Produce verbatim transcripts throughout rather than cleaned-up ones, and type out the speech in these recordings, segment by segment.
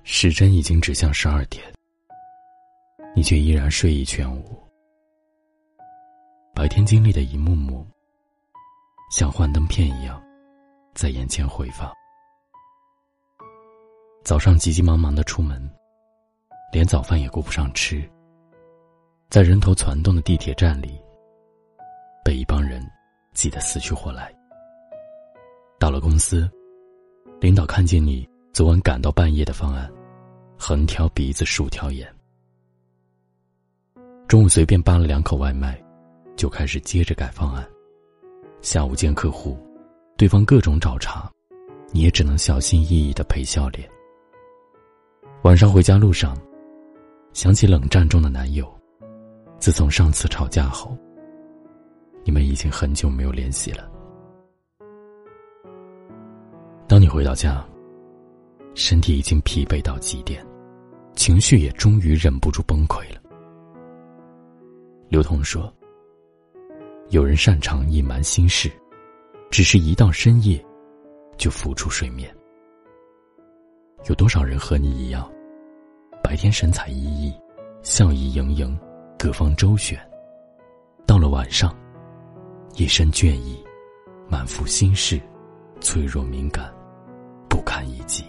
时针已经指向十二点，你却依然睡意全无。白天经历的一幕幕，像幻灯片一样在眼前回放。早上急急忙忙地出门，连早饭也顾不上吃，在人头攒动的地铁站里，被一帮人挤得死去活来。到了公司，领导看见你昨晚赶到半夜的方案，横挑鼻子竖挑眼。中午随便扒了两口外卖，就开始接着改方案。下午见客户，对方各种找茬，你也只能小心翼翼地陪笑脸。晚上回家路上，想起冷战中的男友，自从上次吵架后，你们已经很久没有联系了。当你回到家，身体已经疲惫到极点，情绪也终于忍不住崩溃了。刘同说，有人擅长隐瞒心事，只是一到深夜就浮出水面。有多少人和你一样，白天神采奕奕，笑意盈盈，各方周旋，到了晚上一身倦意，满腹心事，脆弱敏感，不堪一击。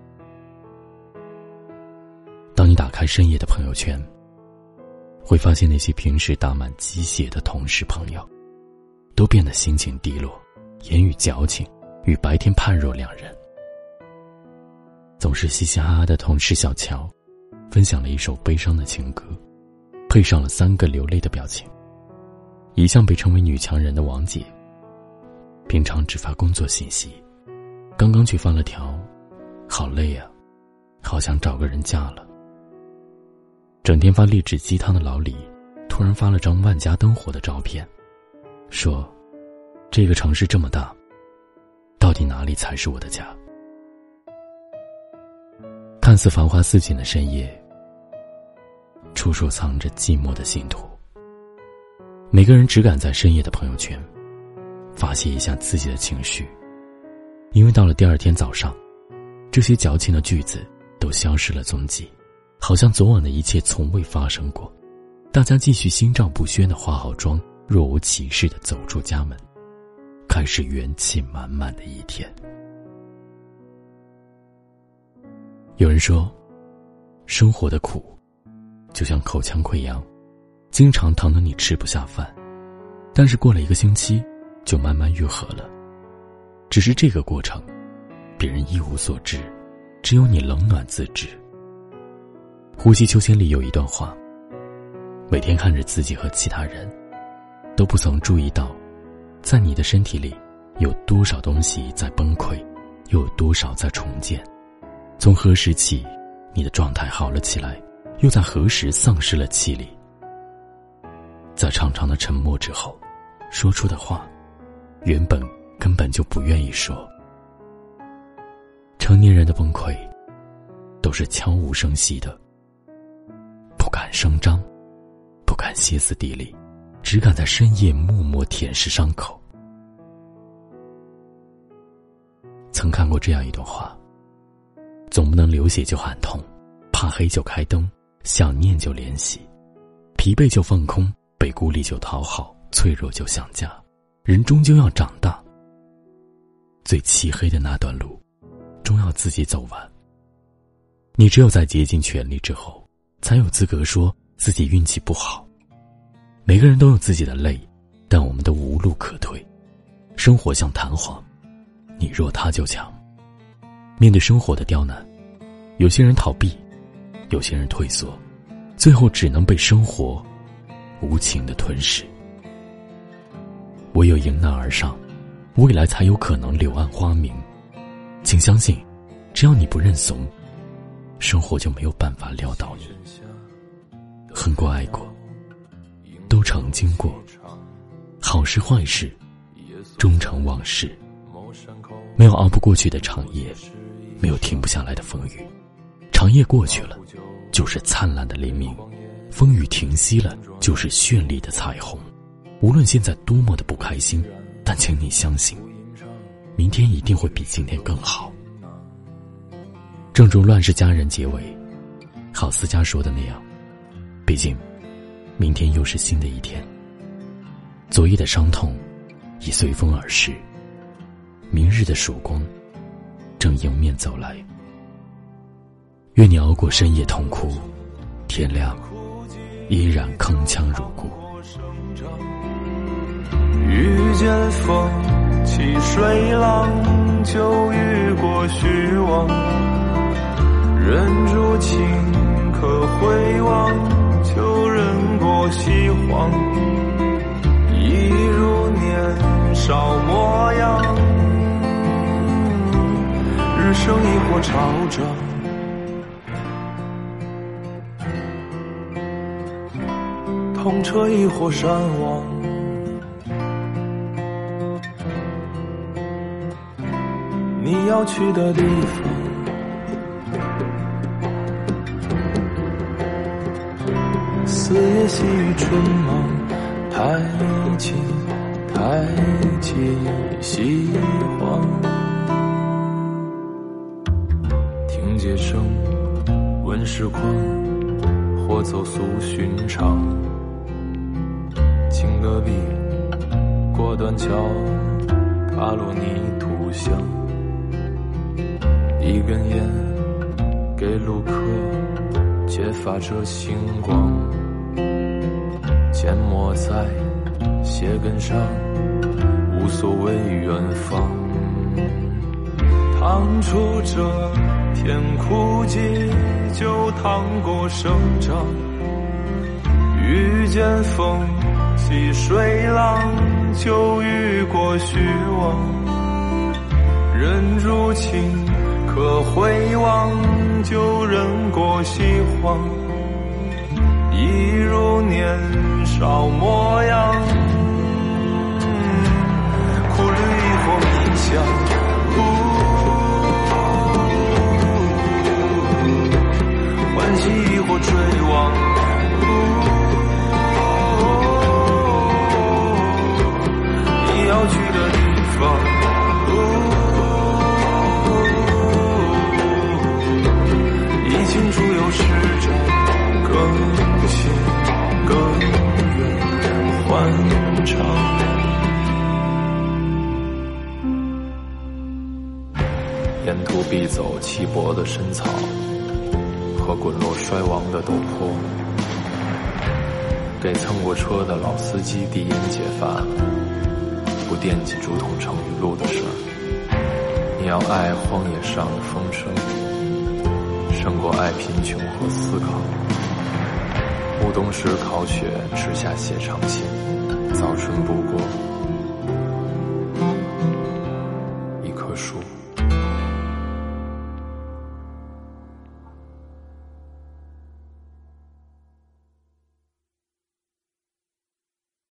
当你打开深夜的朋友圈，会发现那些平时打满鸡血的同事朋友，都变得心情低落，言语矫情，与白天判若两人。总是嘻嘻哈哈的同事小乔分享了一首悲伤的情歌，配上了三个流泪的表情。一向被称为女强人的王姐，平常只发工作信息，刚刚却发了条好累啊，好想找个人嫁了。整天发励志鸡汤的老李突然发了张万家灯火的照片，说这个城市这么大，到底哪里才是我的家？看似繁华似锦的深夜，处处藏着寂寞的信徒。每个人只敢在深夜的朋友圈发泄一下自己的情绪，因为到了第二天早上，这些矫情的句子都消失了踪迹，好像昨晚的一切从未发生过。大家继续心照不宣地化好妆，若无其事地走出家门，开始元气满满的一天。有人说，生活的苦就像口腔溃疡，经常疼得你吃不下饭，但是过了一个星期就慢慢愈合了。只是这个过程别人一无所知，只有你冷暖自知。呼吸秋千里有一段话，每天看着自己和其他人，都不曾注意到在你的身体里有多少东西在崩溃，又有多少在重建。从何时起你的状态好了起来，又在何时丧失了气力？在长长的沉默之后，说出的话原本根本就不愿意说。成年人的崩溃都是悄无声息的，不敢声张，不敢歇斯底里，只敢在深夜默默舔舐伤口。曾看过这样一段话，总不能流血就喊痛，怕黑就开灯，想念就联系，疲惫就放空，被孤立就讨好，脆弱就想家。人终究要长大，最漆黑的那段路终要自己走完。你只有在竭尽全力之后，才有资格说自己运气不好。每个人都有自己的累，但我们都无路可退。生活像弹簧，你弱他就强。面对生活的刁难，有些人逃避，有些人退缩，最后只能被生活无情地吞噬。唯有迎难而上，未来才有可能柳暗花明。请相信，只要你不认怂，生活就没有办法撂倒你。恨过爱过，都曾经过，好事坏事终成往事。没有熬不过去的长夜，没有停不下来的风雨。长夜过去了，就是灿烂的黎明；风雨停息了，就是绚丽的彩虹。无论现在多么的不开心，但请你相信，明天一定会比今天更好。 正如《乱世佳人》结尾郝思嘉说的那样，毕竟明天又是新的一天，昨夜的伤痛已随风而逝，明日的曙光正迎面走来。愿你熬过深夜痛哭，天亮依然铿锵如故。 遇见风起水浪，就遇过虚妄，忍住情可回望，就忍过西荒。一如年少模样，日升亦或潮涨，痛彻亦或山亡。你要去的地方，四野细雨春忙，太近太近西荒。听街声问时况，或走俗寻常。经戈壁过断桥，踏落泥土香。一根烟给路客，揭发着星光。缄默在鞋跟上，无所谓远方。趟出这天枯寂，就趟过生长。遇见风起水浪，就遇过虚妄。忍住情可回望，就忍过西荒。一如年少模样，苦虑亦或迷香，欢喜亦或追望。你要去的地方，清楚有时针，更近更远欢畅。沿途必走稀薄的深草和滚落衰亡的陡坡，给蹭过车的老司机递烟解乏，不惦记竹筒盛雨露的事儿。你要爱荒野上的风声，胜过爱贫穷和思考。暮冬时烤雪，吃下写长信，早春不过